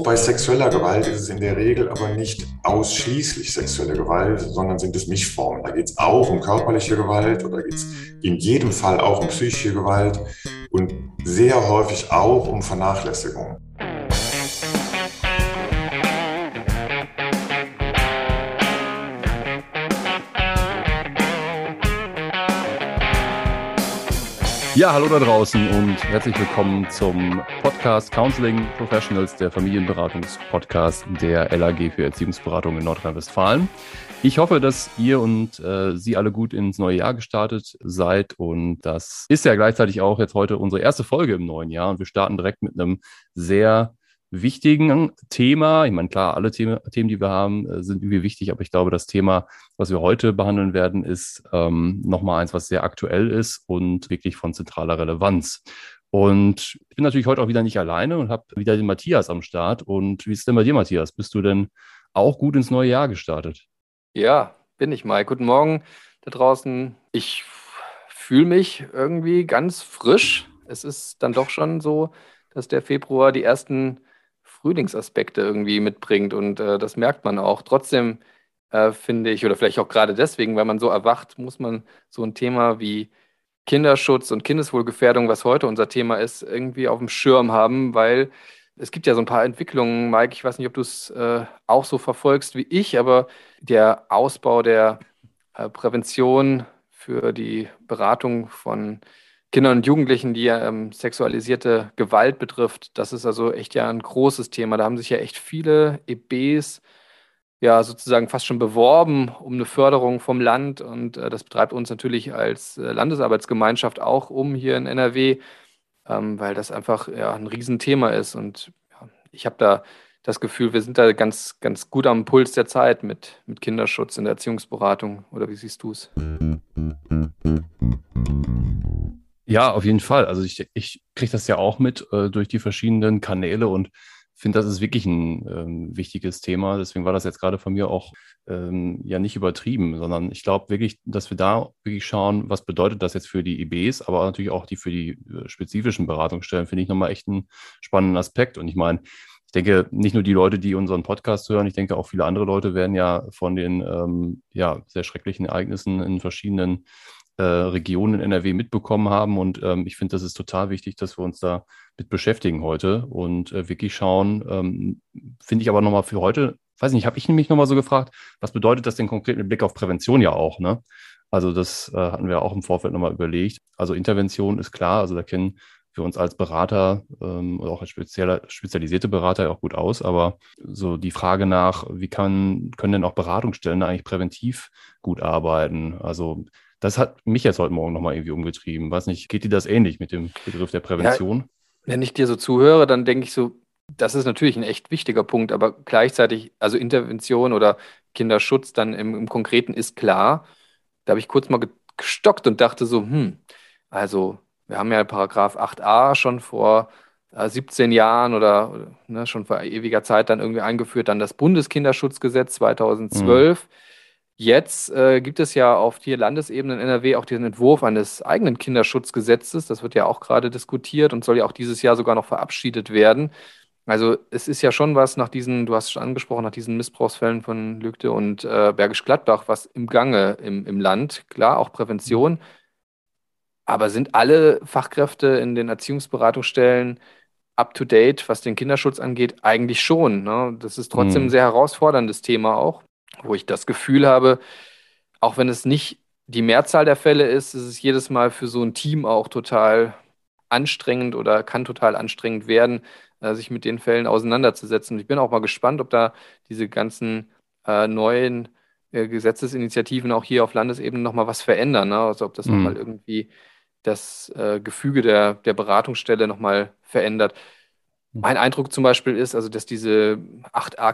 bei sexueller Gewalt ist es in der Regel aber nicht ausschließlich sexuelle Gewalt, sondern sind es Mischformen. Da geht es auch um körperliche Gewalt oder geht es in jedem Fall auch um psychische Gewalt und sehr häufig auch um Vernachlässigung. Ja, hallo da draußen und herzlich willkommen zum Podcast Counseling Professionals, der Familienberatungspodcast der LAG für Erziehungsberatung in Nordrhein-Westfalen. Ich hoffe, dass ihr und Sie alle gut ins neue Jahr gestartet seid und das ist ja gleichzeitig auch jetzt heute unsere erste Folge im neuen Jahr und wir starten direkt mit einem sehr wichtigen Thema. Ich meine, klar, alle Themen, die wir haben, sind irgendwie wichtig, aber ich glaube, das Thema, was wir heute behandeln werden, ist nochmal eins, was sehr aktuell ist und wirklich von zentraler Relevanz. Und ich bin natürlich heute auch wieder nicht alleine und habe wieder den Matthias am Start. Und wie ist es denn bei dir, Matthias? Bist du denn auch gut ins neue Jahr gestartet? Ja, bin ich mal. Guten Morgen da draußen. Ich fühle mich irgendwie ganz frisch. Es ist dann doch schon so, dass der Februar die ersten Frühlingsaspekte irgendwie mitbringt und das merkt man auch. Trotzdem finde ich, oder vielleicht auch gerade deswegen, weil man so erwacht, muss man so ein Thema wie Kinderschutz und Kindeswohlgefährdung, was heute unser Thema ist, irgendwie auf dem Schirm haben, weil es gibt ja so ein paar Entwicklungen, Mike, ich weiß nicht, ob du es auch so verfolgst wie ich, aber der Ausbau der Prävention für die Beratung von Kindern und Jugendlichen, die ja sexualisierte Gewalt betrifft, das ist also echt ja ein großes Thema. Da haben sich ja echt viele EBs ja sozusagen fast schon beworben um eine Förderung vom Land und das betreibt uns natürlich als Landesarbeitsgemeinschaft auch hier in NRW, weil das einfach ja ein Riesenthema ist und ja, ich habe da das Gefühl, wir sind da ganz, ganz gut am Puls der Zeit mit Kinderschutz in der Erziehungsberatung. Oder wie siehst du es? Ja, auf jeden Fall. Also ich kriege das ja auch mit durch die verschiedenen Kanäle und finde, das ist wirklich ein wichtiges Thema. Deswegen war das jetzt gerade von mir auch ja nicht übertrieben, sondern ich glaube wirklich, dass wir da wirklich schauen, was bedeutet das jetzt für die IBs, aber natürlich auch für die spezifischen Beratungsstellen, finde ich nochmal echt einen spannenden Aspekt. Und ich meine, ich denke, nicht nur die Leute, die unseren Podcast hören, ich denke auch viele andere Leute werden ja von den ja, sehr schrecklichen Ereignissen in verschiedenen Regionen in NRW mitbekommen haben. Und ich finde, das ist total wichtig, dass wir uns da mit beschäftigen heute und wirklich schauen, finde ich aber nochmal für heute, weiß nicht, habe ich nämlich nochmal so gefragt, was bedeutet das denn konkret mit Blick auf Prävention ja auch, ne? Also das hatten wir auch im Vorfeld nochmal überlegt. Also Intervention ist klar, also da kennen wir uns als Berater oder auch als spezialisierte Berater ja auch gut aus, aber so die Frage nach, wie können denn auch Beratungsstellen da eigentlich präventiv gut arbeiten? Also das hat mich jetzt heute Morgen nochmal irgendwie umgetrieben. Weiß nicht, geht dir das ähnlich mit dem Begriff der Ja, Prävention? wenn ich dir so zuhöre, dann denke ich so, das ist natürlich ein echt wichtiger Punkt, aber gleichzeitig, also Intervention oder Kinderschutz dann im Konkreten ist klar. Da habe ich kurz mal gestockt und dachte so, also wir haben ja Paragraph 8a schon vor 17 Jahren oder ne, schon vor ewiger Zeit dann irgendwie eingeführt, dann das Bundeskinderschutzgesetz Mhm. 2012. Jetzt gibt es ja auf hier Landesebene in NRW auch diesen Entwurf eines eigenen Kinderschutzgesetzes. Das wird ja auch gerade diskutiert und soll ja auch dieses Jahr sogar noch verabschiedet werden. Also es ist ja schon was nach diesen, du hast es schon angesprochen, nach diesen Missbrauchsfällen von Lügde und Bergisch Gladbach, was im Gange im Land. Klar, auch Prävention. Aber sind alle Fachkräfte in den Erziehungsberatungsstellen up to date, was den Kinderschutz angeht? Eigentlich schon. Ne? Das ist trotzdem ein Mhm. sehr herausforderndes Thema auch, wo ich das Gefühl habe, auch wenn es nicht die Mehrzahl der Fälle ist, ist es jedes Mal für so ein Team auch total anstrengend oder kann total anstrengend werden, sich mit den Fällen auseinanderzusetzen. Ich bin auch mal gespannt, ob da diese ganzen neuen Gesetzesinitiativen auch hier auf Landesebene nochmal was verändern. Ne? Also ob das nochmal Mhm. irgendwie das Gefüge der Beratungsstelle nochmal verändert. Mein Eindruck zum Beispiel ist, also, dass diese 8a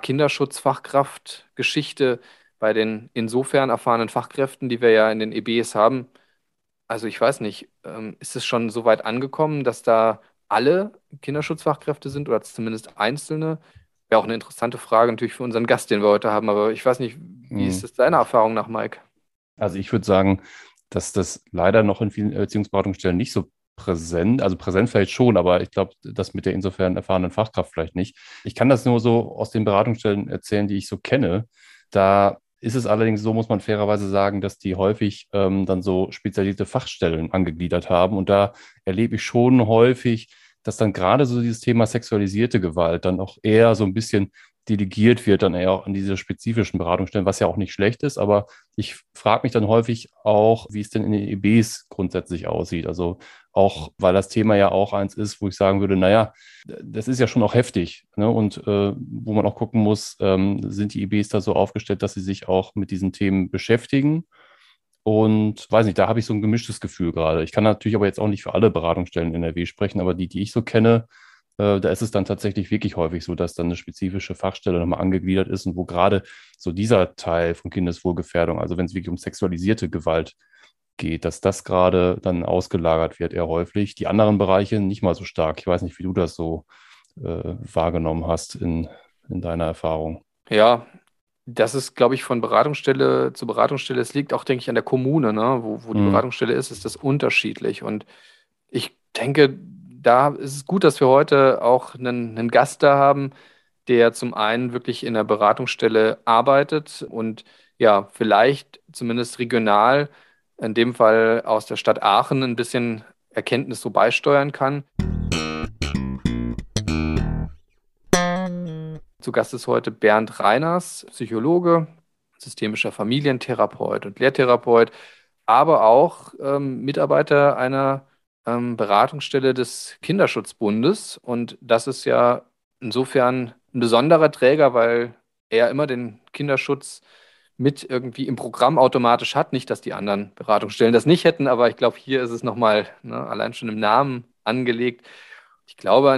Kinderschutzfachkraft-Geschichte bei den insofern erfahrenen Fachkräften, die wir ja in den EBs haben, also ich weiß nicht, ist es schon so weit angekommen, dass da alle Kinderschutzfachkräfte sind oder zumindest einzelne? Wäre auch eine interessante Frage natürlich für unseren Gast, den wir heute haben, aber ich weiß nicht, wie ist Mhm. das deiner Erfahrung nach, Mike? Also ich würde sagen, dass das leider noch in vielen Erziehungsberatungsstellen nicht so präsent. Also präsent vielleicht schon, aber ich glaube, das mit der insofern erfahrenen Fachkraft vielleicht nicht. Ich kann das nur so aus den Beratungsstellen erzählen, die ich so kenne. Da ist es allerdings so, muss man fairerweise sagen, dass die häufig dann so spezialisierte Fachstellen angegliedert haben. Und da erlebe ich schon häufig, dass dann gerade so dieses Thema sexualisierte Gewalt dann auch eher so ein bisschen delegiert wird, dann eher auch an diese spezifischen Beratungsstellen, was ja auch nicht schlecht ist. Aber ich frage mich dann häufig auch, wie es denn in den EBs grundsätzlich aussieht. Also auch, weil das Thema ja auch eins ist, wo ich sagen würde, naja, das ist ja schon auch heftig, ne? Und wo man auch gucken muss, sind die EBs da so aufgestellt, dass sie sich auch mit diesen Themen beschäftigen? Und weiß nicht, da habe ich so ein gemischtes Gefühl gerade. Ich kann natürlich aber jetzt auch nicht für alle Beratungsstellen in NRW sprechen, aber die ich so kenne, da ist es dann tatsächlich wirklich häufig so, dass dann eine spezifische Fachstelle nochmal angegliedert ist und wo gerade so dieser Teil von Kindeswohlgefährdung, also wenn es wirklich um sexualisierte Gewalt geht, dass das gerade dann ausgelagert wird, eher häufig. Die anderen Bereiche nicht mal so stark. Ich weiß nicht, wie du das so wahrgenommen hast in deiner Erfahrung. Ja, das ist, glaube ich, von Beratungsstelle zu Beratungsstelle. Es liegt auch, denke ich, an der Kommune, ne? Wo die Mhm. Beratungsstelle ist das unterschiedlich. Und ich denke, da ist es gut, dass wir heute auch einen Gast da haben, der zum einen wirklich in der Beratungsstelle arbeitet und ja, vielleicht zumindest regional, in dem Fall aus der Stadt Aachen, ein bisschen Erkenntnis so beisteuern kann. Zu Gast ist heute Bernd Reiners, Psychologe, systemischer Familientherapeut und Lehrtherapeut, aber auch Mitarbeiter einer Beratungsstelle des Kinderschutzbundes. Und das ist ja insofern ein besonderer Träger, weil er immer den Kinderschutz mit irgendwie im Programm automatisch hat. Nicht, dass die anderen Beratungsstellen das nicht hätten, aber ich glaube, hier ist es nochmal, ne, allein schon im Namen angelegt. Ich glaube,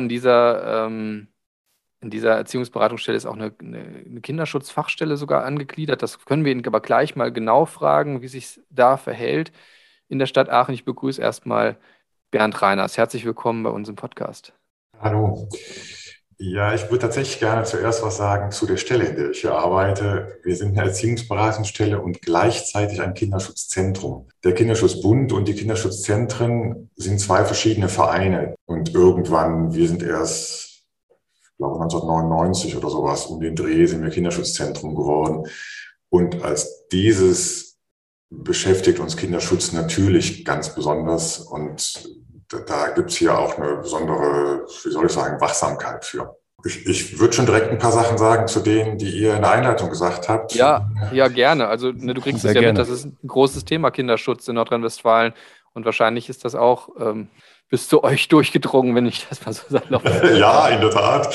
in dieser Erziehungsberatungsstelle ist auch eine Kinderschutzfachstelle sogar angegliedert. Das können wir ihn aber gleich mal genau fragen, wie sich da verhält in der Stadt Aachen. Ich begrüße erstmal Bernd Reiners. Herzlich willkommen bei uns im Podcast. Hallo. Ja, ich würde tatsächlich gerne zuerst was sagen zu der Stelle, in der ich hier arbeite. Wir sind eine Erziehungsberatungsstelle und gleichzeitig ein Kinderschutzzentrum. Der Kinderschutzbund und die Kinderschutzzentren sind zwei verschiedene Vereine. Und irgendwann, wir sind erst, ich glaube 1999 oder sowas, um den Dreh sind wir Kinderschutzzentrum geworden. Und als dieses beschäftigt uns Kinderschutz natürlich ganz besonders. Und da gibt es hier auch eine besondere, wie soll ich sagen, Wachsamkeit für. Ich würde schon direkt ein paar Sachen sagen zu denen, die ihr in der Einleitung gesagt habt. Ja, gerne. Also ne, du kriegst es Sehr ja mit, gerne. das ist ein großes Thema Kinderschutz in Nordrhein-Westfalen. Und wahrscheinlich ist das auch bis zu euch durchgedrungen, wenn ich das mal so salopp sage. Ja, in der Tat.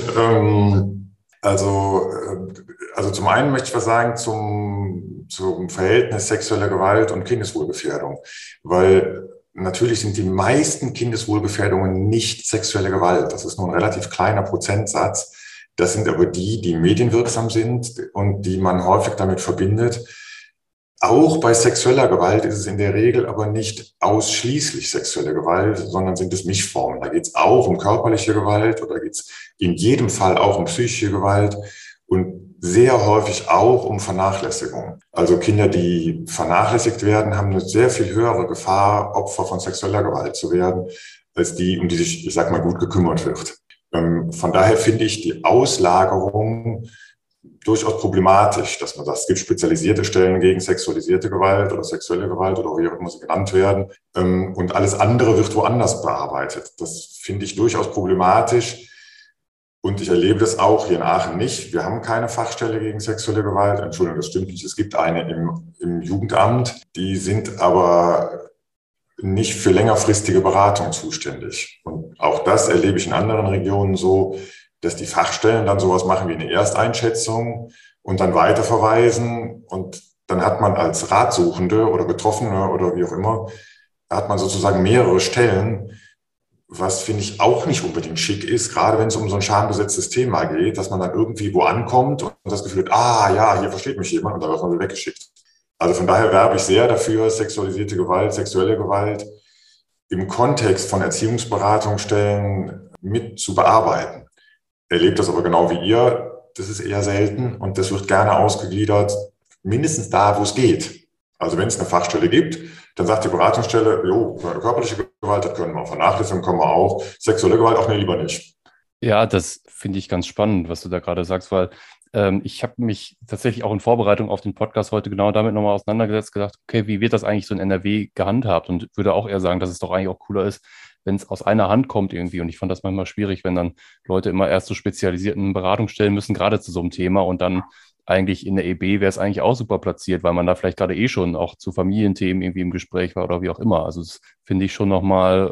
Also zum einen möchte ich was sagen zum Verhältnis sexueller Gewalt und Kindeswohlgefährdung, weil natürlich sind die meisten Kindeswohlgefährdungen nicht sexuelle Gewalt. Das ist nur ein relativ kleiner Prozentsatz. Das sind aber die, die medienwirksam sind und die man häufig damit verbindet. Auch bei sexueller Gewalt ist es in der Regel aber nicht ausschließlich sexuelle Gewalt, sondern sind es Mischformen. Da geht es auch um körperliche Gewalt oder geht es in jedem Fall auch um psychische Gewalt und sehr häufig auch um Vernachlässigung. Also Kinder, die vernachlässigt werden, haben eine sehr viel höhere Gefahr, Opfer von sexueller Gewalt zu werden, als die, um die sich, ich sag mal, gut gekümmert wird. Von daher finde ich die Auslagerung durchaus problematisch, dass man sagt, es gibt spezialisierte Stellen gegen sexualisierte Gewalt oder sexuelle Gewalt oder wie auch immer sie genannt werden. Und alles andere wird woanders bearbeitet. Das finde ich durchaus problematisch. Und ich erlebe das auch hier in Aachen nicht. Wir haben keine Fachstelle gegen sexuelle Gewalt. Entschuldigung, das stimmt nicht. Es gibt eine im Jugendamt. Die sind aber nicht für längerfristige Beratung zuständig. Und auch das erlebe ich in anderen Regionen so, dass die Fachstellen dann sowas machen wie eine Ersteinschätzung und dann weiterverweisen. Und dann hat man als Ratsuchende oder Betroffene oder wie auch immer, hat man sozusagen mehrere Stellen, was finde ich auch nicht unbedingt schick ist, gerade wenn es um so ein schambesetztes Thema geht, dass man dann irgendwie wo ankommt und das Gefühl hat, ja, hier versteht mich jemand und dann wird man wieder weggeschickt. Also von daher werbe ich sehr dafür, sexualisierte Gewalt, sexuelle Gewalt im Kontext von Erziehungsberatungsstellen mit zu bearbeiten. Erlebt das aber genau wie ihr, das ist eher selten und das wird gerne ausgegliedert, mindestens da, wo es geht. Also wenn es eine Fachstelle gibt, dann sagt die Beratungsstelle, jo, körperliche Gewalt, das können wir, Vernachlässigung können wir auch, sexuelle Gewalt auch, nee, lieber nicht. Ja, das finde ich ganz spannend, was du da gerade sagst, weil ich habe mich tatsächlich auch in Vorbereitung auf den Podcast heute genau damit nochmal auseinandergesetzt, gedacht, okay, wie wird das eigentlich so in NRW gehandhabt? Und würde auch eher sagen, dass es doch eigentlich auch cooler ist, wenn es aus einer Hand kommt irgendwie. Und ich fand das manchmal schwierig, wenn dann Leute immer erst zu spezialisierten Beratungsstellen müssen, gerade zu so einem Thema. Und dann eigentlich in der EB wäre es eigentlich auch super platziert, weil man da vielleicht gerade eh schon auch zu Familienthemen irgendwie im Gespräch war oder wie auch immer. Also das finde ich schon nochmal,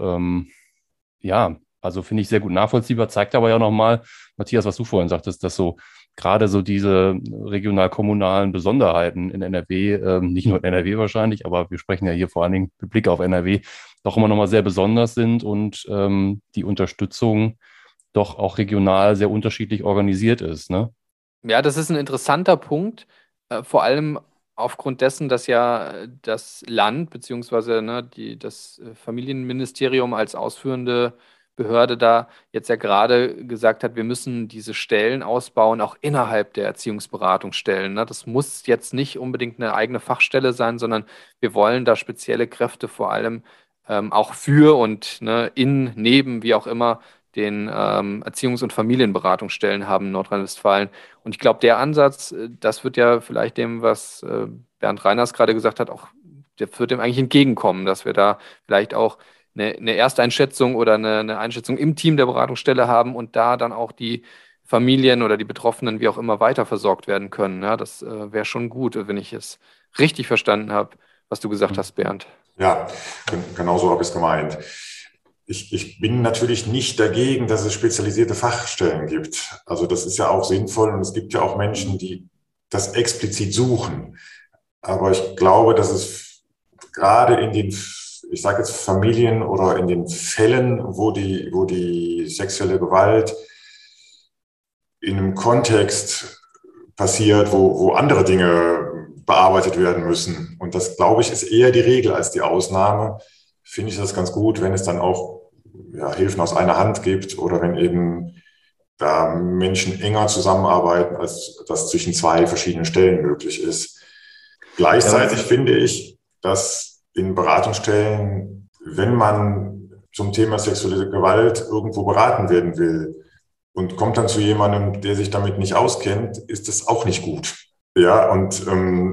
ja, also finde ich sehr gut nachvollziehbar, zeigt aber ja nochmal, Matthias, was du vorhin sagtest, dass so gerade so diese regional-kommunalen Besonderheiten in NRW, nicht nur in NRW wahrscheinlich, aber wir sprechen ja hier vor allen Dingen mit Blick auf NRW, doch immer nochmal sehr besonders sind und die Unterstützung doch auch regional sehr unterschiedlich organisiert ist, ne? Ja, das ist ein interessanter Punkt, vor allem aufgrund dessen, dass ja das Land beziehungsweise ne, das Familienministerium als ausführende Behörde da jetzt ja gerade gesagt hat, wir müssen diese Stellen ausbauen, auch innerhalb der Erziehungsberatungsstellen. Ne? Das muss jetzt nicht unbedingt eine eigene Fachstelle sein, sondern wir wollen da spezielle Kräfte vor allem auch für und ne, neben, wie auch immer, den Erziehungs- und Familienberatungsstellen haben in Nordrhein-Westfalen. Und ich glaube, der Ansatz, das wird ja vielleicht dem, was Bernd Reiners gerade gesagt hat, auch, der wird dem eigentlich entgegenkommen, dass wir da vielleicht auch eine Ersteinschätzung oder eine Einschätzung im Team der Beratungsstelle haben und da dann auch die Familien oder die Betroffenen, wie auch immer, weiter versorgt werden können. Ja, das wäre schon gut, wenn ich es richtig verstanden habe, was du gesagt hast, Bernd. Ja, genau so habe ich es gemeint. Ich bin natürlich nicht dagegen, dass es spezialisierte Fachstellen gibt. Also das ist ja auch sinnvoll und es gibt ja auch Menschen, die das explizit suchen. Aber ich glaube, dass es gerade in den, ich sage jetzt Familien oder in den Fällen, wo die sexuelle Gewalt in einem Kontext passiert, wo andere Dinge bearbeitet werden müssen. Und das, glaube ich, ist eher die Regel als die Ausnahme. Finde ich das ganz gut, wenn es dann auch Hilfen aus einer Hand gibt oder wenn eben da Menschen enger zusammenarbeiten, als das zwischen zwei verschiedenen Stellen möglich ist. Gleichzeitig finde ich, dass in Beratungsstellen, wenn man zum Thema sexuelle Gewalt irgendwo beraten werden will und kommt dann zu jemandem, der sich damit nicht auskennt, ist das auch nicht gut. Ja, und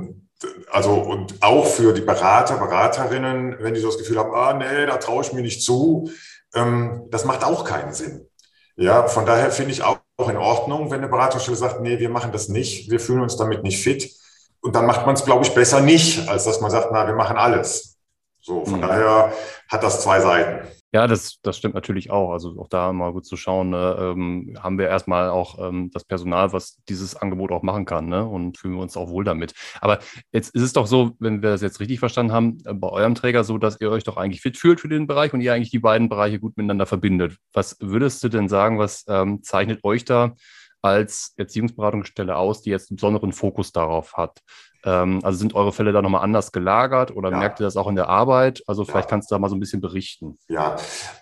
und auch für die Berater, Beraterinnen, wenn die so das Gefühl haben, nee, da traue ich mir nicht zu, das macht auch keinen Sinn. Ja, von daher finde ich auch in Ordnung, wenn eine Beratungsstelle sagt, nee, wir machen das nicht, wir fühlen uns damit nicht fit. Und dann macht man es, glaube ich, besser nicht, als dass man sagt, na, wir machen alles. So, von daher hat das zwei Seiten. Ja, das stimmt natürlich auch. Also auch da mal gut zu schauen, ne, haben wir erstmal auch das Personal, was dieses Angebot auch machen kann, ne? Und fühlen wir uns auch wohl damit. Aber jetzt ist es doch so, wenn wir das jetzt richtig verstanden haben, bei eurem Träger so, dass ihr euch doch eigentlich fit fühlt für den Bereich und ihr eigentlich die beiden Bereiche gut miteinander verbindet. Was würdest du denn sagen, was zeichnet euch da als Erziehungsberatungsstelle aus, die jetzt einen besonderen Fokus darauf hat? Also sind eure Fälle da nochmal anders gelagert oder merkt ihr das auch in der Arbeit? Also vielleicht kannst du da mal so ein bisschen berichten. Ja,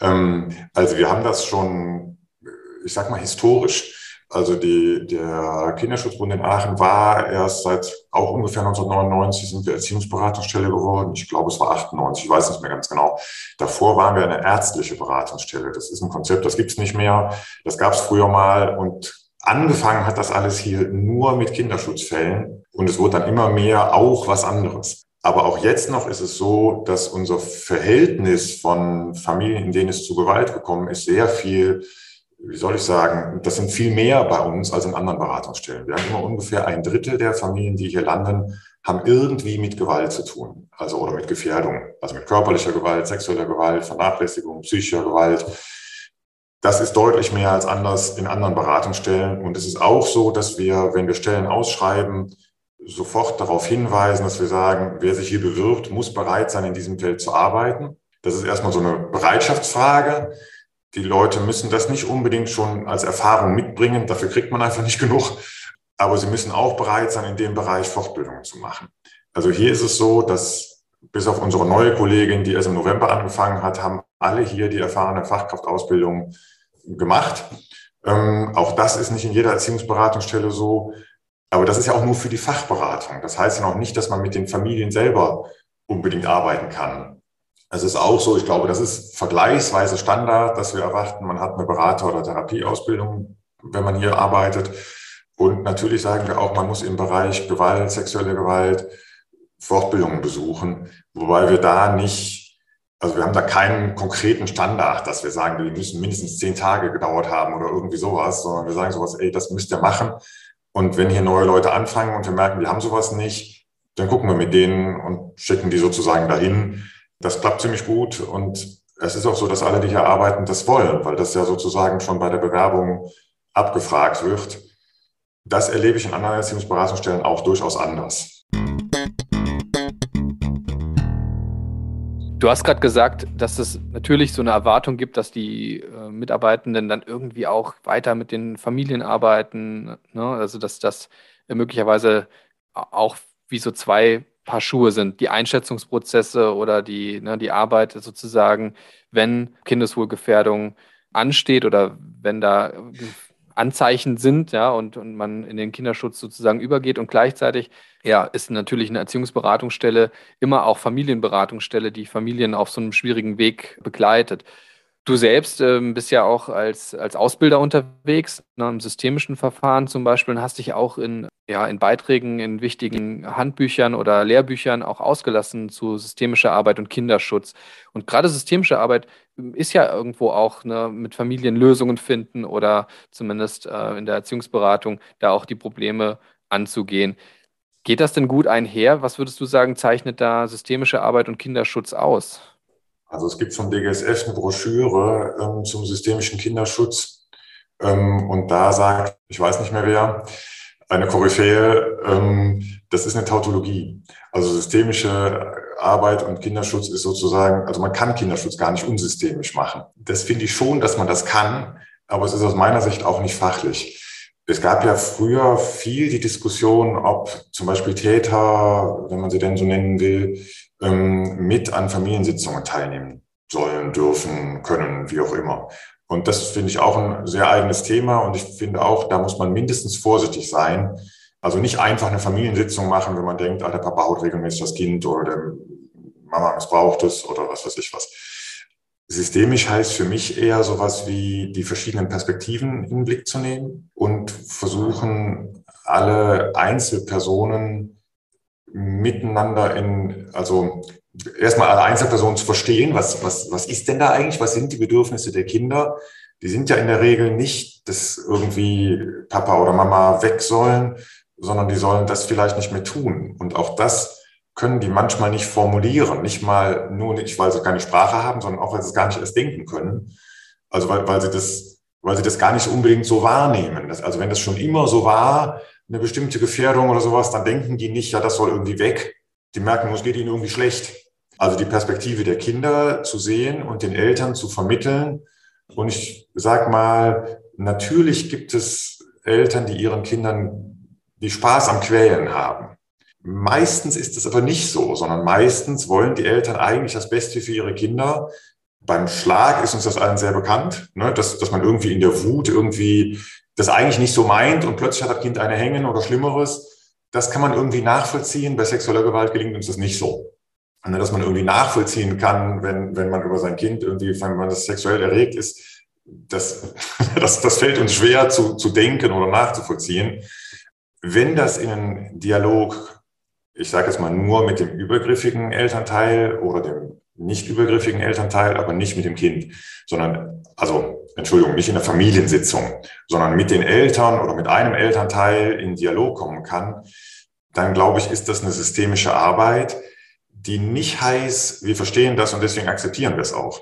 also wir haben das schon, ich sag mal, historisch. Also der Kinderschutzbund in Aachen war erst seit auch ungefähr 1999 sind wir Erziehungsberatungsstelle geworden. Ich glaube, es war 98, ich weiß nicht mehr ganz genau. Davor waren wir eine ärztliche Beratungsstelle. Das ist ein Konzept, das gibt es nicht mehr. Das gab es früher mal und angefangen hat das alles hier nur mit Kinderschutzfällen und es wurde dann immer mehr auch was anderes. Aber auch jetzt noch ist es so, dass unser Verhältnis von Familien, in denen es zu Gewalt gekommen ist, sehr viel, wie soll ich sagen, das sind viel mehr bei uns als in anderen Beratungsstellen. Wir haben immer ungefähr 1/3 der Familien, die hier landen, haben irgendwie mit Gewalt zu tun, also oder mit Gefährdung, also mit körperlicher Gewalt, sexueller Gewalt, Vernachlässigung, psychischer Gewalt. Das ist deutlich mehr als anders in anderen Beratungsstellen. Und es ist auch so, dass wir, wenn wir Stellen ausschreiben, sofort darauf hinweisen, dass wir sagen, wer sich hier bewirbt, muss bereit sein, in diesem Feld zu arbeiten. Das ist erstmal so eine Bereitschaftsfrage. Die Leute müssen das nicht unbedingt schon als Erfahrung mitbringen. Dafür kriegt man einfach nicht genug. Aber sie müssen auch bereit sein, in dem Bereich Fortbildungen zu machen. Also hier ist es so, dass bis auf unsere neue Kollegin, die erst im November angefangen hat, haben alle hier die erfahrene Fachkraftausbildung gemacht. Auch das ist nicht in jeder Erziehungsberatungsstelle so. Aber das ist ja auch nur für die Fachberatung. Das heißt ja noch nicht, dass man mit den Familien selber unbedingt arbeiten kann. Es ist auch so, ich glaube, das ist vergleichsweise Standard, dass wir erwarten, man hat eine Berater- oder Therapieausbildung, wenn man hier arbeitet. Und natürlich sagen wir auch, man muss im Bereich Gewalt, sexuelle Gewalt, Fortbildungen besuchen, wobei wir da nicht, also wir haben da keinen konkreten Standard, dass wir sagen, die müssen mindestens 10 Tage gedauert haben oder irgendwie sowas, sondern wir sagen sowas, ey, das müsst ihr machen. Und wenn hier neue Leute anfangen und wir merken, die haben sowas nicht, dann gucken wir mit denen und schicken die sozusagen dahin. Das klappt ziemlich gut und es ist auch so, dass alle, die hier arbeiten, das wollen, weil das ja sozusagen schon bei der Bewerbung abgefragt wird. Das erlebe ich in anderen Erziehungsberatungsstellen auch durchaus anders. Du hast gerade gesagt, dass es natürlich so eine Erwartung gibt, dass die Mitarbeitenden dann irgendwie auch weiter mit den Familien arbeiten, ne? Also dass das möglicherweise auch wie so zwei Paar Schuhe sind, die Einschätzungsprozesse oder die Arbeit sozusagen, wenn Kindeswohlgefährdung ansteht oder wenn da Anzeichen sind, ja, und man in den Kinderschutz sozusagen übergeht und gleichzeitig ja, ist natürlich eine Erziehungsberatungsstelle immer auch Familienberatungsstelle, die Familien auf so einem schwierigen Weg begleitet. Du selbst bist ja auch als Ausbilder unterwegs, ne, im systemischen Verfahren zum Beispiel, und hast dich auch in Beiträgen, in wichtigen Handbüchern oder Lehrbüchern auch ausgelassen zu systemischer Arbeit und Kinderschutz. Und gerade systemische Arbeit ist ja irgendwo auch, ne, mit Familien Lösungen finden oder zumindest in der Erziehungsberatung da auch die Probleme anzugehen. Geht das denn gut einher? Was würdest du sagen, zeichnet da systemische Arbeit und Kinderschutz aus? Also es gibt vom DGSF eine Broschüre zum systemischen Kinderschutz und da sagt, ich weiß nicht mehr wer, eine Koryphäe, das ist eine Tautologie. Also systemische Arbeit und Kinderschutz ist sozusagen, also man kann Kinderschutz gar nicht unsystemisch machen. Das finde ich schon, dass man das kann, aber es ist aus meiner Sicht auch nicht fachlich. Es gab ja früher viel die Diskussion, ob zum Beispiel Täter, wenn man sie denn so nennen will, mit an Familiensitzungen teilnehmen sollen, dürfen, können, wie auch immer. Und das finde ich auch ein sehr eigenes Thema. Und ich finde auch, da muss man mindestens vorsichtig sein. Also nicht einfach eine Familiensitzung machen, wenn man denkt, der Papa haut regelmäßig das Kind oder der Mama missbraucht es oder was weiß ich was. Systemisch heißt für mich eher sowas wie die verschiedenen Perspektiven in den Blick zu nehmen und versuchen, alle Einzelpersonen miteinander also erstmal alle Einzelpersonen zu verstehen, was ist denn da eigentlich, was sind die Bedürfnisse der Kinder? Die sind ja in der Regel nicht, dass irgendwie Papa oder Mama weg sollen, sondern die sollen das vielleicht nicht mehr tun. Und auch das können die manchmal nicht formulieren, nicht mal nur nicht, weil sie keine Sprache haben, sondern auch, weil sie es gar nicht erst denken können. Also weil sie das gar nicht unbedingt so wahrnehmen. Also wenn das schon immer so war, eine bestimmte Gefährdung oder sowas, dann denken die nicht, ja, das soll irgendwie weg. Die merken, es geht ihnen irgendwie schlecht. Also die Perspektive der Kinder zu sehen und den Eltern zu vermitteln. Und ich sag mal, natürlich gibt es Eltern, die ihren Kindern die Spaß am Quälen haben. Meistens ist es aber nicht so, sondern meistens wollen die Eltern eigentlich das Beste für ihre Kinder. Beim Schlag ist uns das allen sehr bekannt, ne? Dass man irgendwie in der Wut irgendwie das eigentlich nicht so meint und plötzlich hat das Kind eine hängen oder Schlimmeres. Das kann man irgendwie nachvollziehen. Bei sexueller Gewalt gelingt uns das nicht so. Und dass man irgendwie nachvollziehen kann, wenn man über sein Kind irgendwie, wenn man das sexuell erregt ist, das fällt uns schwer zu denken oder nachzuvollziehen. Wenn das in einen Dialog, ich sage jetzt mal nur mit dem übergriffigen Elternteil oder dem nicht übergriffigen Elternteil, aber nicht mit dem Kind, sondern, also, Entschuldigung, nicht in der Familiensitzung, sondern mit den Eltern oder mit einem Elternteil in Dialog kommen kann, dann glaube ich, ist das eine systemische Arbeit, die nicht heißt, wir verstehen das und deswegen akzeptieren wir es auch,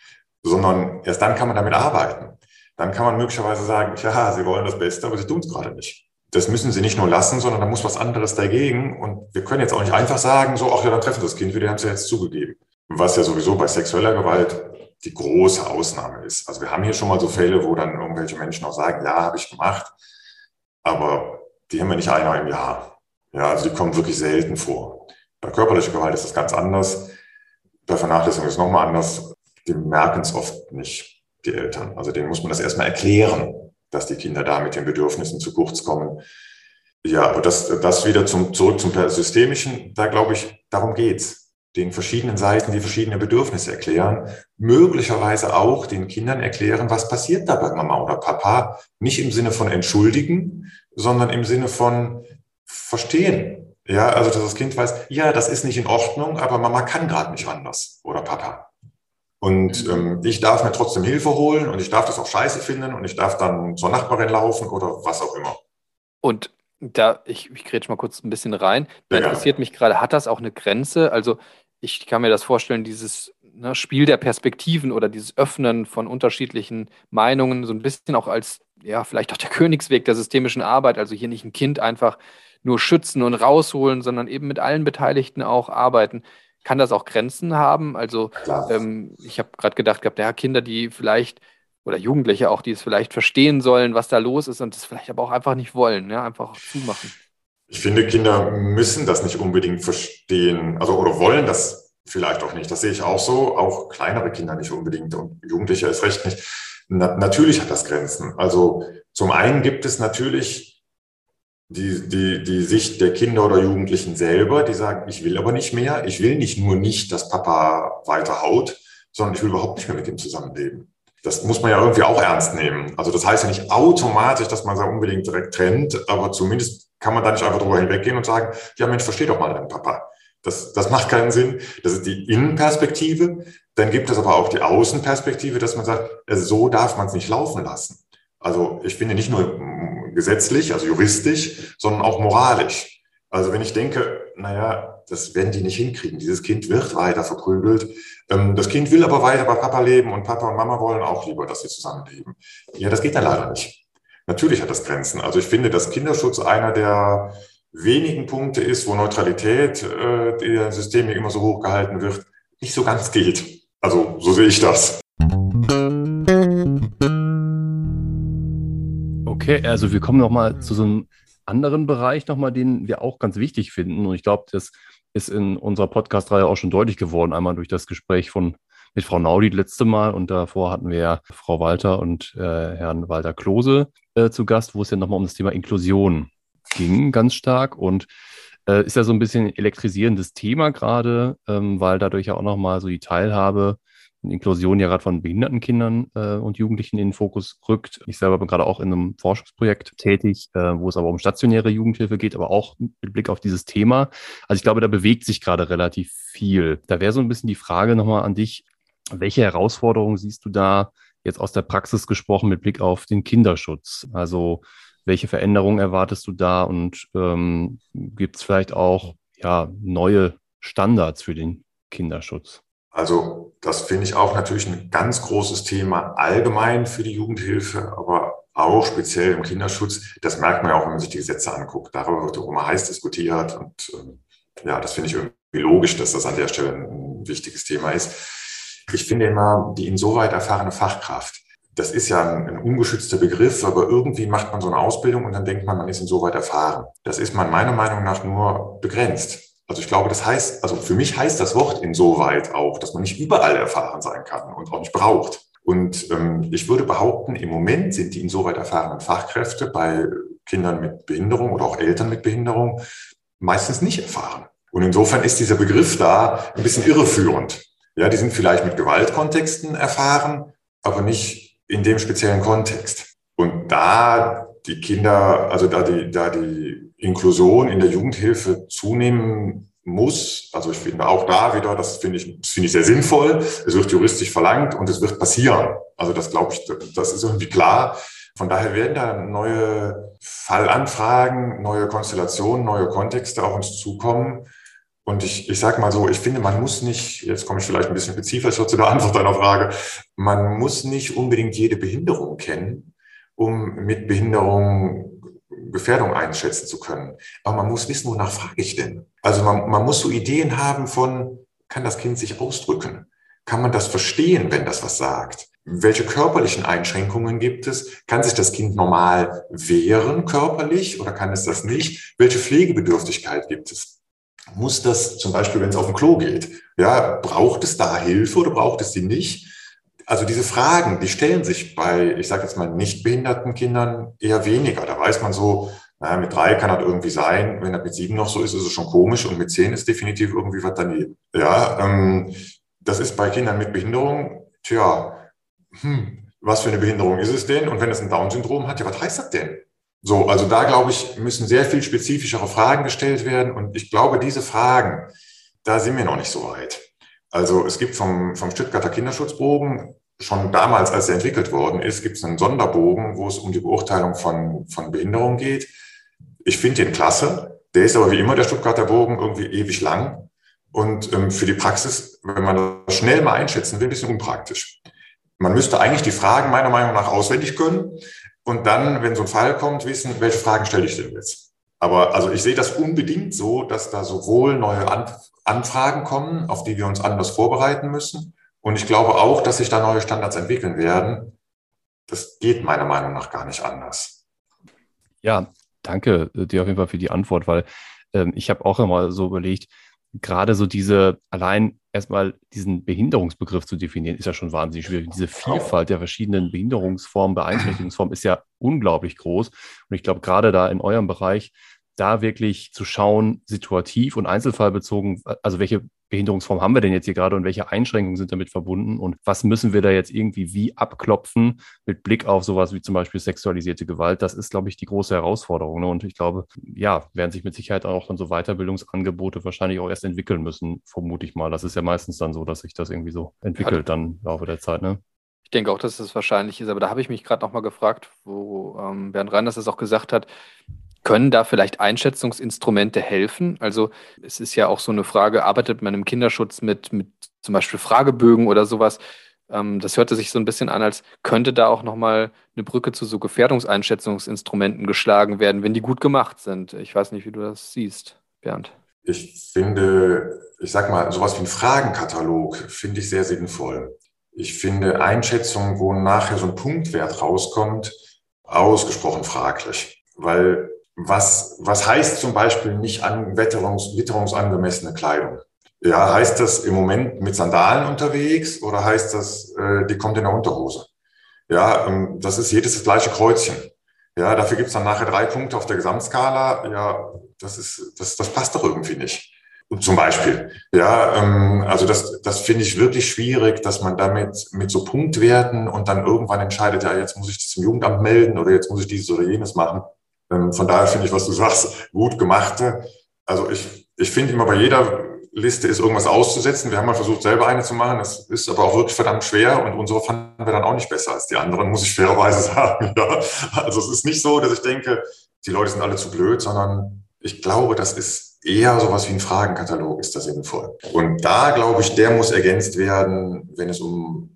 sondern erst dann kann man damit arbeiten. Dann kann man möglicherweise sagen, ja, Sie wollen das Beste, aber Sie tun es gerade nicht. Das müssen Sie nicht nur lassen, sondern da muss was anderes dagegen. Und wir können jetzt auch nicht einfach sagen, so, ach ja, dann treffen Sie das Kind, wir haben es ja jetzt zugegeben. Was ja sowieso bei sexueller Gewalt die große Ausnahme ist. Also wir haben hier schon mal so Fälle, wo dann irgendwelche Menschen auch sagen, ja, habe ich gemacht, aber die haben wir nicht einmal im Jahr. Ja, also die kommen wirklich selten vor. Bei körperlicher Gewalt ist das ganz anders. Bei Vernachlässigung ist es nochmal anders. Die merken es oft nicht, die Eltern. Also denen muss man das erstmal erklären, dass die Kinder da mit den Bedürfnissen zu kurz kommen. Ja, aber das wieder zurück zum Systemischen, da glaube ich, darum geht's. Den verschiedenen Seiten die verschiedenen Bedürfnisse erklären, möglicherweise auch den Kindern erklären, was passiert da bei Mama oder Papa, nicht im Sinne von entschuldigen, sondern im Sinne von verstehen. Ja, also dass das Kind weiß, ja, das ist nicht in Ordnung, aber Mama kann gerade nicht anders oder Papa. Und ich darf mir trotzdem Hilfe holen und ich darf das auch scheiße finden und ich darf dann zur Nachbarin laufen oder was auch immer. Und ich grätsch mal kurz ein bisschen rein. Da Ja, interessiert mich gerade, hat das auch eine Grenze? Also ich kann mir das vorstellen, dieses Spiel der Perspektiven oder dieses Öffnen von unterschiedlichen Meinungen, so ein bisschen auch als, ja, vielleicht auch der Königsweg der systemischen Arbeit, also hier nicht ein Kind einfach nur schützen und rausholen, sondern eben mit allen Beteiligten auch arbeiten. Kann das auch Grenzen haben? Also klar. ich habe gerade gedacht gehabt, ja, Kinder, die vielleicht oder Jugendliche auch, die es vielleicht verstehen sollen, was da los ist und es vielleicht aber auch einfach nicht wollen, ja, einfach auch zumachen. Ich finde, Kinder müssen das nicht unbedingt verstehen, also oder wollen das vielleicht auch nicht. Das sehe ich auch so, auch kleinere Kinder nicht unbedingt und Jugendliche erst recht nicht. Natürlich hat das Grenzen. Also zum einen gibt es natürlich die Sicht der Kinder oder Jugendlichen selber, die sagen, ich will aber nicht mehr. Ich will nicht nur nicht, dass Papa weiter haut, sondern ich will überhaupt nicht mehr mit ihm zusammenleben. Das muss man ja irgendwie auch ernst nehmen. Also das heißt ja nicht automatisch, dass man sich unbedingt direkt trennt, aber zumindest kann man da nicht einfach drüber hinweggehen und sagen, ja Mensch, versteh doch mal deinen Papa. Das macht keinen Sinn. Das ist die Innenperspektive. Dann gibt es aber auch die Außenperspektive, dass man sagt, so darf man es nicht laufen lassen. Also ich finde nicht nur gesetzlich, also juristisch, sondern auch moralisch. Also wenn ich denke, naja, das werden die nicht hinkriegen. Dieses Kind wird weiter verprügelt. Das Kind will aber weiter bei Papa leben und Papa und Mama wollen auch lieber, dass sie zusammenleben. Ja, das geht dann leider nicht. Natürlich hat das Grenzen. Also ich finde, dass Kinderschutz einer der wenigen Punkte ist, wo Neutralität, der Systemik immer so hoch gehalten wird, nicht so ganz geht. Also so sehe ich das. Okay, also wir kommen nochmal zu so einem anderen Bereich nochmal, den wir auch ganz wichtig finden. Und ich glaube, das ist in unserer Podcast-Reihe auch schon deutlich geworden, einmal durch das Gespräch mit Frau Naudi letzte Mal und davor hatten wir ja Frau Walter und Herrn Walter Klose zu Gast, wo es ja nochmal um das Thema Inklusion ging, ganz stark und ist ja so ein bisschen elektrisierendes Thema gerade, weil dadurch ja auch nochmal so die Teilhabe und Inklusion ja gerade von behinderten Kindern und Jugendlichen in den Fokus rückt. Ich selber bin gerade auch in einem Forschungsprojekt tätig, wo es aber um stationäre Jugendhilfe geht, aber auch mit Blick auf dieses Thema. Also ich glaube, da bewegt sich gerade relativ viel. Da wäre so ein bisschen die Frage nochmal an dich, welche Herausforderungen siehst du da jetzt aus der Praxis gesprochen mit Blick auf den Kinderschutz? Also welche Veränderungen erwartest du da und gibt es vielleicht auch neue Standards für den Kinderschutz? Also das finde ich auch natürlich ein ganz großes Thema allgemein für die Jugendhilfe, aber auch speziell im Kinderschutz. Das merkt man ja auch, wenn man sich die Gesetze anguckt. Darüber wird auch immer heiß diskutiert und ja, das finde ich irgendwie logisch, dass das an der Stelle ein wichtiges Thema ist. Ich finde immer, die insoweit erfahrene Fachkraft, das ist ja ein ungeschützter Begriff, aber irgendwie macht man so eine Ausbildung und dann denkt man, man ist insoweit erfahren. Das ist man meiner Meinung nach nur begrenzt. Also ich glaube, das heißt, also für mich heißt das Wort insoweit auch, dass man nicht überall erfahren sein kann und auch nicht braucht. Und ich würde behaupten, im Moment sind die insoweit erfahrenen Fachkräfte bei Kindern mit Behinderung oder auch Eltern mit Behinderung meistens nicht erfahren. Und insofern ist dieser Begriff da ein bisschen irreführend. Ja, die sind vielleicht mit Gewaltkontexten erfahren, aber nicht in dem speziellen Kontext. Und da die Kinder, also da die Inklusion in der Jugendhilfe zunehmen muss, also ich finde auch da wieder, das finde ich sehr sinnvoll, es wird juristisch verlangt und es wird passieren. Also das glaube ich, das ist irgendwie klar. Von daher werden da neue Fallanfragen, neue Konstellationen, neue Kontexte auf uns zukommen. Und ich sage mal so, ich finde, man muss nicht, jetzt komme ich vielleicht ein bisschen spezifischer zu der Antwort deiner Frage, man muss nicht unbedingt jede Behinderung kennen, um mit Behinderung Gefährdung einschätzen zu können. Aber man muss wissen, wonach frage ich denn? Also man muss so Ideen haben von, kann das Kind sich ausdrücken? Kann man das verstehen, wenn das was sagt? Welche körperlichen Einschränkungen gibt es? Kann sich das Kind normal wehren körperlich oder kann es das nicht? Welche Pflegebedürftigkeit gibt es? Muss das zum Beispiel, wenn es auf dem Klo geht, ja, braucht es da Hilfe oder braucht es die nicht? Also diese Fragen, die stellen sich bei, ich sage jetzt mal, nicht behinderten Kindern eher weniger. Da weiß man so, Ja, mit 3 kann das irgendwie sein. Wenn das mit 7 noch so ist, ist es schon komisch. Und mit 10 ist definitiv irgendwie was daneben. Ja, das ist bei Kindern mit Behinderung, tja, was für eine Behinderung ist es denn? Und wenn es ein Down-Syndrom hat, ja, was heißt das denn? So, also da glaube ich, müssen sehr viel spezifischere Fragen gestellt werden. Und ich glaube, diese Fragen, da sind wir noch nicht so weit. Also es gibt vom Stuttgarter Kinderschutzbogen, schon damals, als er entwickelt worden ist, gibt es einen Sonderbogen, wo es um die Beurteilung von Behinderung geht. Ich finde den klasse. Der ist aber wie immer der Stuttgarter Bogen irgendwie ewig lang. Und für die Praxis, wenn man das schnell mal einschätzen will, ein bisschen unpraktisch. Man müsste eigentlich die Fragen meiner Meinung nach auswendig können und dann, wenn so ein Fall kommt, wissen, welche Fragen stelle ich denn jetzt. Aber also ich sehe das unbedingt so, dass da sowohl neue Anfragen kommen, auf die wir uns anders vorbereiten müssen. Und ich glaube auch, dass sich da neue Standards entwickeln werden. Das geht meiner Meinung nach gar nicht anders. Ja, danke dir auf jeden Fall für die Antwort, weil ich habe auch immer so überlegt, gerade so allein erstmal diesen Behinderungsbegriff zu definieren, ist ja schon wahnsinnig schwierig. Diese Vielfalt der verschiedenen Behinderungsformen, Beeinträchtigungsformen ist ja unglaublich groß. Und ich glaube, gerade da in eurem Bereich, da wirklich zu schauen, situativ und einzelfallbezogen, also welche Behinderungsform haben wir denn jetzt hier gerade und welche Einschränkungen sind damit verbunden und was müssen wir da jetzt irgendwie wie abklopfen mit Blick auf sowas wie zum Beispiel sexualisierte Gewalt. Das ist, glaube ich, die große Herausforderung. Ne? Und ich glaube, ja, werden sich mit Sicherheit auch dann so Weiterbildungsangebote wahrscheinlich auch erst entwickeln müssen, vermute ich mal. Das ist ja meistens dann so, dass sich das irgendwie so entwickelt dann im Laufe der Zeit. Ne? Ich denke auch, dass es wahrscheinlich ist, aber da habe ich mich gerade nochmal gefragt, wo Bernd Reiners es auch gesagt hat, können da vielleicht Einschätzungsinstrumente helfen? Also es ist ja auch so eine Frage, arbeitet man im Kinderschutz mit zum Beispiel Fragebögen oder sowas? Das hörte sich so ein bisschen an, als könnte da auch nochmal eine Brücke zu so Gefährdungseinschätzungsinstrumenten geschlagen werden, wenn die gut gemacht sind. Ich weiß nicht, wie du das siehst, Bernd. Ich finde, ich sag mal, sowas wie ein Fragenkatalog finde ich sehr sinnvoll. Ich finde Einschätzungen, wo nachher so ein Punktwert rauskommt, ausgesprochen fraglich. Weil was heißt zum Beispiel nicht witterungsangemessene Kleidung? Ja, heißt das im Moment mit Sandalen unterwegs oder heißt das, die kommt in der Unterhose? Ja, das ist jedes das gleiche Kreuzchen. Ja, dafür gibt's dann nachher 3 Punkte auf der Gesamtskala. Ja, das passt doch irgendwie nicht. Und zum Beispiel. Ja, also das finde ich wirklich schwierig, dass man damit mit so Punktwerten und dann irgendwann entscheidet, ja, jetzt muss ich das zum Jugendamt melden oder jetzt muss ich dieses oder jenes machen. Von daher finde ich, was du sagst, gut gemachte. Also ich finde immer bei jeder Liste ist irgendwas auszusetzen. Wir haben mal versucht, selber eine zu machen. Das ist aber auch wirklich verdammt schwer und unsere fanden wir dann auch nicht besser als die anderen, muss ich fairerweise sagen. Ja. Also es ist nicht so, dass ich denke, die Leute sind alle zu blöd, sondern ich glaube, das ist eher sowas wie ein Fragenkatalog, ist das sinnvoll. Und da glaube ich, der muss ergänzt werden, wenn es um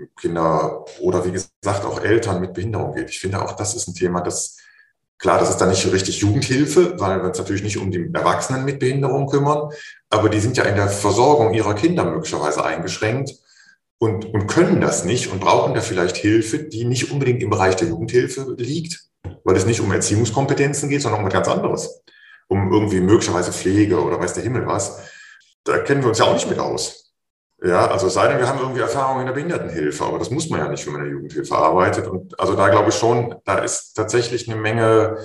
Kinder oder wie gesagt auch Eltern mit Behinderung geht. Ich finde auch, das ist ein Thema, klar, das ist dann nicht richtig Jugendhilfe, weil wir uns natürlich nicht um die Erwachsenen mit Behinderung kümmern, aber die sind ja in der Versorgung ihrer Kinder möglicherweise eingeschränkt und können das nicht und brauchen da vielleicht Hilfe, die nicht unbedingt im Bereich der Jugendhilfe liegt, weil es nicht um Erziehungskompetenzen geht, sondern um etwas ganz anderes. Um irgendwie möglicherweise Pflege oder weiß der Himmel was. Da kennen wir uns ja auch nicht mit aus. Ja, also es sei denn, wir haben irgendwie Erfahrung in der Behindertenhilfe, aber das muss man ja nicht, wenn man in der Jugendhilfe arbeitet. Und also da glaube ich schon, da ist tatsächlich eine Menge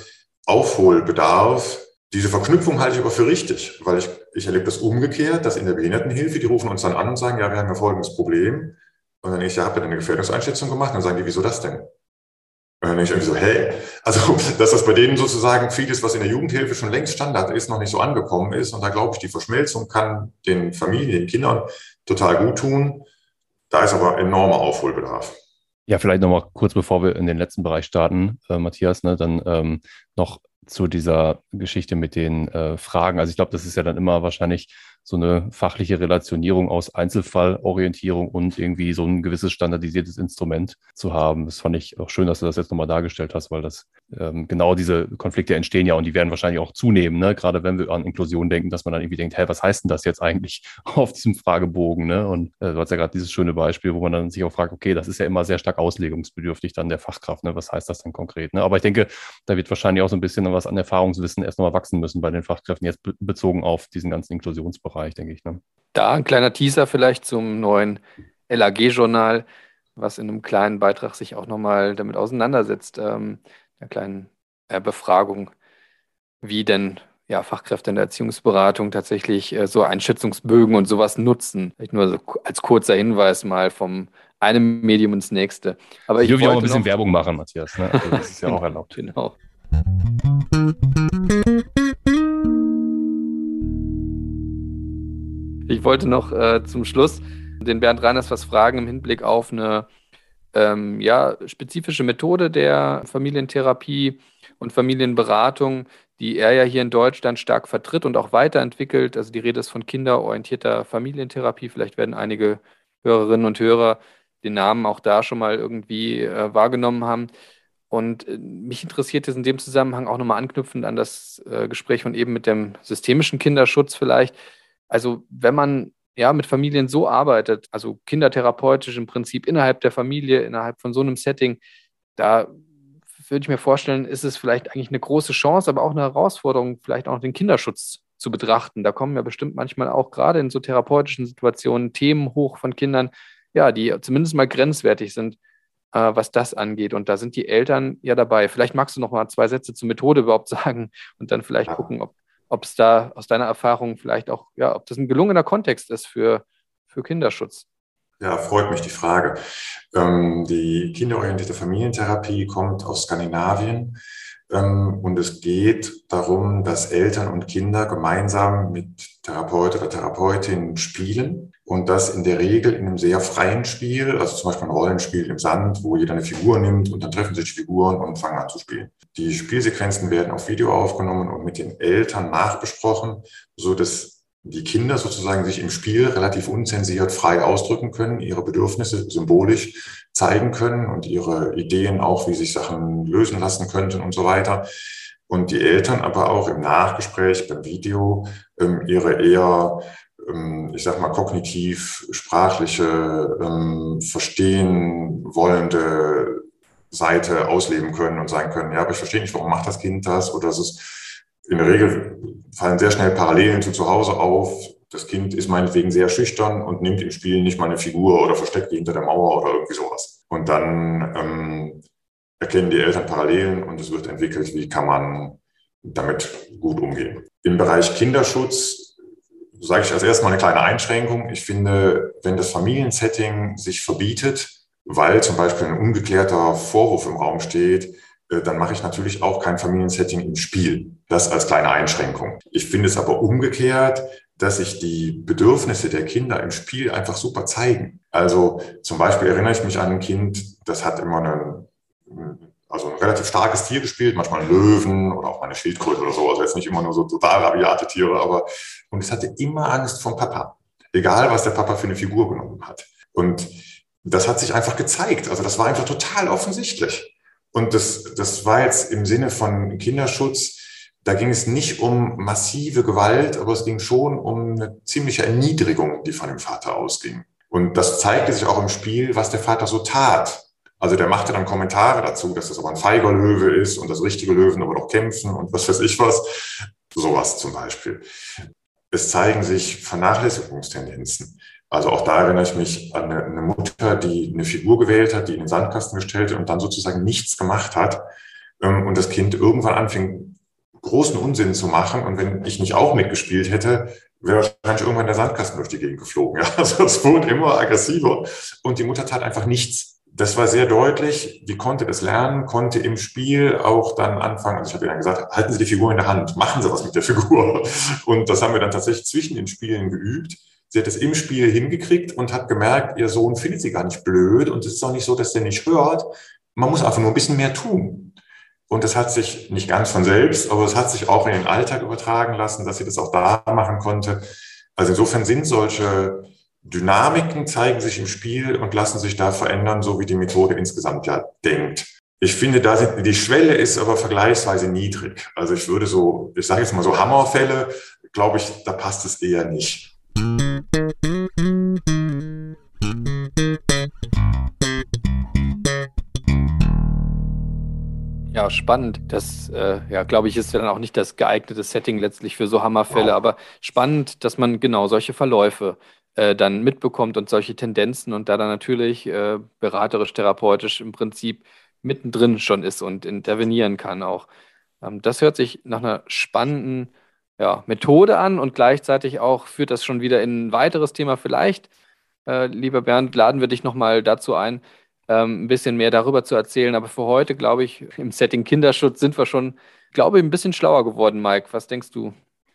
Aufholbedarf. Diese Verknüpfung halte ich aber für richtig, weil ich erlebe das umgekehrt, dass in der Behindertenhilfe, die rufen uns dann an und sagen, ja, wir haben ja folgendes Problem. Und dann denke ich, ja, habt ihr denn eine Gefährdungseinschätzung gemacht? Und dann sagen die, wieso das denn? Und dann denke ich irgendwie so, hey, also dass das bei denen sozusagen vieles, was in der Jugendhilfe schon längst Standard ist, noch nicht so angekommen ist. Und da glaube ich, die Verschmelzung kann den Familien, den Kindern total gut tun. Da ist aber enormer Aufholbedarf. Ja, vielleicht nochmal kurz, bevor wir in den letzten Bereich starten, Matthias, ne, dann noch zu dieser Geschichte mit den Fragen. Also ich glaube, das ist ja dann immer wahrscheinlich so eine fachliche Relationierung aus Einzelfallorientierung und irgendwie so ein gewisses standardisiertes Instrument zu haben. Das fand ich auch schön, dass du das jetzt nochmal dargestellt hast, weil das genau diese Konflikte entstehen ja und die werden wahrscheinlich auch zunehmen, ne? Gerade wenn wir an Inklusion denken, dass man dann irgendwie denkt, hey, was heißt denn das jetzt eigentlich auf diesem Fragebogen? Ne? Und du hast ja gerade dieses schöne Beispiel, wo man dann sich auch fragt, okay, das ist ja immer sehr stark auslegungsbedürftig dann der Fachkraft, ne? Was heißt das dann konkret? Ne? Aber ich denke, da wird wahrscheinlich auch so ein bisschen was an Erfahrungswissen erst nochmal wachsen müssen bei den Fachkräften, jetzt bezogen auf diesen ganzen Inklusionsbereich, denke ich. Ne? Da ein kleiner Teaser vielleicht zum neuen LAG-Journal, was in einem kleinen Beitrag sich auch nochmal damit auseinandersetzt, einer kleinen Befragung. wie denn Fachkräfte in der Erziehungsberatung tatsächlich so Einschätzungsbögen und sowas nutzen. Vielleicht nur so als kurzer Hinweis mal vom einem Medium ins nächste. Aber Sie ich dürfen ja auch mal ein wollte bisschen noch. Werbung machen, Matthias. Ne? Also das ist ja auch erlaubt. Genau. Ich wollte noch zum Schluss den Bernd Reiners was fragen im Hinblick auf eine spezifische Methode der Familientherapie und Familienberatung, die er ja hier in Deutschland stark vertritt und auch weiterentwickelt. Also die Rede ist von kinderorientierter Familientherapie. Vielleicht werden einige Hörerinnen und Hörer den Namen auch da schon mal irgendwie wahrgenommen haben. Und mich interessiert es in dem Zusammenhang auch nochmal anknüpfend an das Gespräch von eben mit dem systemischen Kinderschutz vielleicht. Also wenn man mit Familien so arbeitet, also kindertherapeutisch im Prinzip innerhalb der Familie, innerhalb von so einem Setting, da würde ich mir vorstellen, ist es vielleicht eigentlich eine große Chance, aber auch eine Herausforderung, vielleicht auch den Kinderschutz zu betrachten. Da kommen ja bestimmt manchmal auch gerade in so therapeutischen Situationen Themen hoch von Kindern, ja, die zumindest mal grenzwertig sind, was das angeht. Und da sind die Eltern ja dabei. Vielleicht magst du noch mal 2 Sätze zur Methode überhaupt sagen und dann vielleicht gucken, ob es da aus deiner Erfahrung vielleicht auch, ob das ein gelungener Kontext ist für Kinderschutz. Ja, freut mich die Frage. Die kinderorientierte Familientherapie kommt aus Skandinavien, und es geht darum, dass Eltern und Kinder gemeinsam mit Therapeut oder Therapeutin spielen und das in der Regel in einem sehr freien Spiel, also zum Beispiel ein Rollenspiel im Sand, wo jeder eine Figur nimmt und dann treffen sich Figuren und fangen an zu spielen. Die Spielsequenzen werden auf Video aufgenommen und mit den Eltern nachbesprochen, so dass die Kinder sozusagen sich im Spiel relativ unzensiert frei ausdrücken können, ihre Bedürfnisse symbolisch zeigen können und ihre Ideen auch, wie sich Sachen lösen lassen könnten und so weiter. Und die Eltern aber auch im Nachgespräch beim Video ihre eher, ich sag mal, kognitiv sprachliche, verstehen wollende Seite ausleben können und sagen können, ja, aber ich verstehe nicht, warum macht das Kind das? Oder es ist in der Regel fallen sehr schnell Parallelen zu Hause auf. Das Kind ist meinetwegen sehr schüchtern und nimmt im Spiel nicht mal eine Figur oder versteckt die hinter der Mauer oder irgendwie sowas. Und dann erkennen die Eltern Parallelen und es wird entwickelt, wie kann man damit gut umgehen. Im Bereich Kinderschutz sage ich als erstes mal eine kleine Einschränkung. Ich finde, wenn das Familiensetting sich verbietet, weil zum Beispiel ein ungeklärter Vorwurf im Raum steht, dann mache ich natürlich auch kein Familiensetting im Spiel. Das als kleine Einschränkung. Ich finde es aber umgekehrt, dass sich die Bedürfnisse der Kinder im Spiel einfach super zeigen. Also zum Beispiel erinnere ich mich an ein Kind, das hat immer ein relativ starkes Tier gespielt, manchmal einen Löwen oder auch mal eine Schildkröte oder so. Also jetzt nicht immer nur so total rabiate Tiere, und es hatte immer Angst vom Papa. Egal, was der Papa für eine Figur genommen hat. Und das hat sich einfach gezeigt. Also das war einfach total offensichtlich. Und das war jetzt im Sinne von Kinderschutz, da ging es nicht um massive Gewalt, aber es ging schon um eine ziemliche Erniedrigung, die von dem Vater ausging. Und das zeigte sich auch im Spiel, was der Vater so tat. Also der machte dann Kommentare dazu, dass das aber ein feiger Löwe ist und das richtige Löwen aber doch kämpfen und was weiß ich was. Sowas zum Beispiel. Es zeigen sich Vernachlässigungstendenzen. Also auch da erinnere ich mich an eine Mutter, die eine Figur gewählt hat, die in den Sandkasten gestellt hat und dann sozusagen nichts gemacht hat. Und das Kind irgendwann anfing, großen Unsinn zu machen. Und wenn ich nicht auch mitgespielt hätte, wäre wahrscheinlich irgendwann der Sandkasten durch die Gegend geflogen. Ja, also es wurde immer aggressiver und die Mutter tat einfach nichts. Das war sehr deutlich. Die konnte das lernen, konnte im Spiel auch dann anfangen. Also ich habe ihr dann gesagt, halten Sie die Figur in der Hand, machen Sie was mit der Figur. Und das haben wir dann tatsächlich zwischen den Spielen geübt. Sie hat es im Spiel hingekriegt und hat gemerkt, ihr Sohn findet sie gar nicht blöd. Und es ist auch nicht so, dass der nicht hört. Man muss einfach nur ein bisschen mehr tun. Und das hat sich nicht ganz von selbst, aber es hat sich auch in den Alltag übertragen lassen, dass sie das auch da machen konnte. Also insofern sind solche Dynamiken zeigen sich im Spiel und lassen sich da verändern, so wie die Methode insgesamt ja denkt. Ich finde, die Schwelle ist aber vergleichsweise niedrig. Also ich sage jetzt mal so Hammerfälle, glaube ich, da passt es eher nicht. Ja, spannend. Das, glaube ich, ist ja dann auch nicht das geeignete Setting letztlich für so Hammerfälle, aber spannend, dass man genau solche Verläufe dann mitbekommt und solche Tendenzen und da dann natürlich beraterisch, therapeutisch im Prinzip mittendrin schon ist und intervenieren kann auch. Das hört sich nach einer spannenden Methode an und gleichzeitig auch führt das schon wieder in ein weiteres Thema. Vielleicht, lieber Bernd, laden wir dich nochmal dazu ein, ein bisschen mehr darüber zu erzählen. Aber für heute, glaube ich, im Setting Kinderschutz sind wir schon, glaube ich, ein bisschen schlauer geworden, Mike. Was denkst du?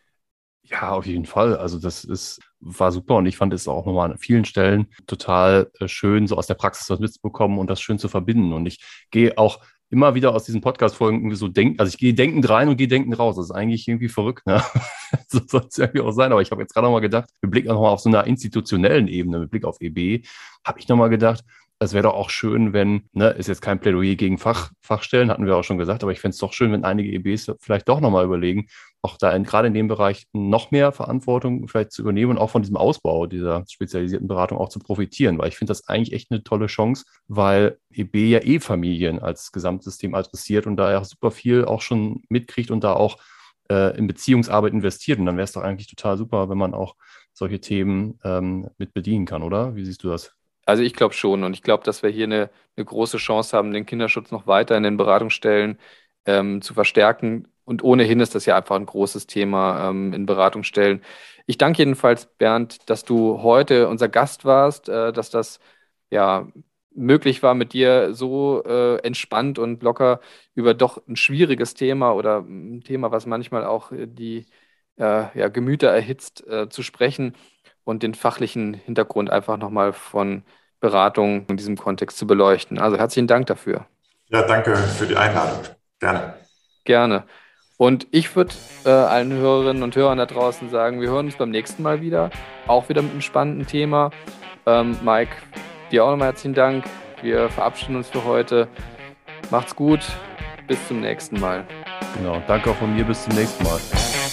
Ja, auf jeden Fall. Also war super und ich fand es auch nochmal an vielen Stellen total schön, so aus der Praxis was mitzubekommen und das schön zu verbinden. Und ich gehe auch immer wieder aus diesen Podcast-Folgen irgendwie so also ich gehe denkend rein und gehe denkend raus. Das ist eigentlich irgendwie verrückt, ne? So soll es irgendwie auch sein. Aber ich habe jetzt gerade nochmal gedacht, mit Blick auch nochmal auf so einer institutionellen Ebene, mit Blick auf EB, habe ich nochmal gedacht, es wäre doch auch schön, wenn, ne, ist jetzt kein Plädoyer gegen Fachstellen, hatten wir auch schon gesagt, aber ich fände es doch schön, wenn einige EBs vielleicht doch nochmal überlegen, auch da gerade in dem Bereich noch mehr Verantwortung vielleicht zu übernehmen und auch von diesem Ausbau dieser spezialisierten Beratung auch zu profitieren, weil ich finde das eigentlich echt eine tolle Chance, weil EB ja Familien als Gesamtsystem adressiert und da ja super viel auch schon mitkriegt und da auch in Beziehungsarbeit investiert. Und dann wäre es doch eigentlich total super, wenn man auch solche Themen mit bedienen kann, oder? Wie siehst du das? Also ich glaube schon und ich glaube, dass wir hier eine große Chance haben, den Kinderschutz noch weiter in den Beratungsstellen zu verstärken. Und ohnehin ist das ja einfach ein großes Thema in Beratungsstellen. Ich danke jedenfalls, Bernd, dass du heute unser Gast warst, dass das ja möglich war, mit dir so entspannt und locker über doch ein schwieriges Thema oder ein Thema, was manchmal auch die Gemüter erhitzt, zu sprechen und den fachlichen Hintergrund einfach nochmal von Beratung in diesem Kontext zu beleuchten. Also herzlichen Dank dafür. Ja, danke für die Einladung. Gerne. Gerne. Und ich würde allen Hörerinnen und Hörern da draußen sagen, wir hören uns beim nächsten Mal wieder, auch wieder mit einem spannenden Thema. Mike, dir auch nochmal herzlichen Dank. Wir verabschieden uns für heute. Macht's gut. Bis zum nächsten Mal. Genau, danke auch von mir. Bis zum nächsten Mal.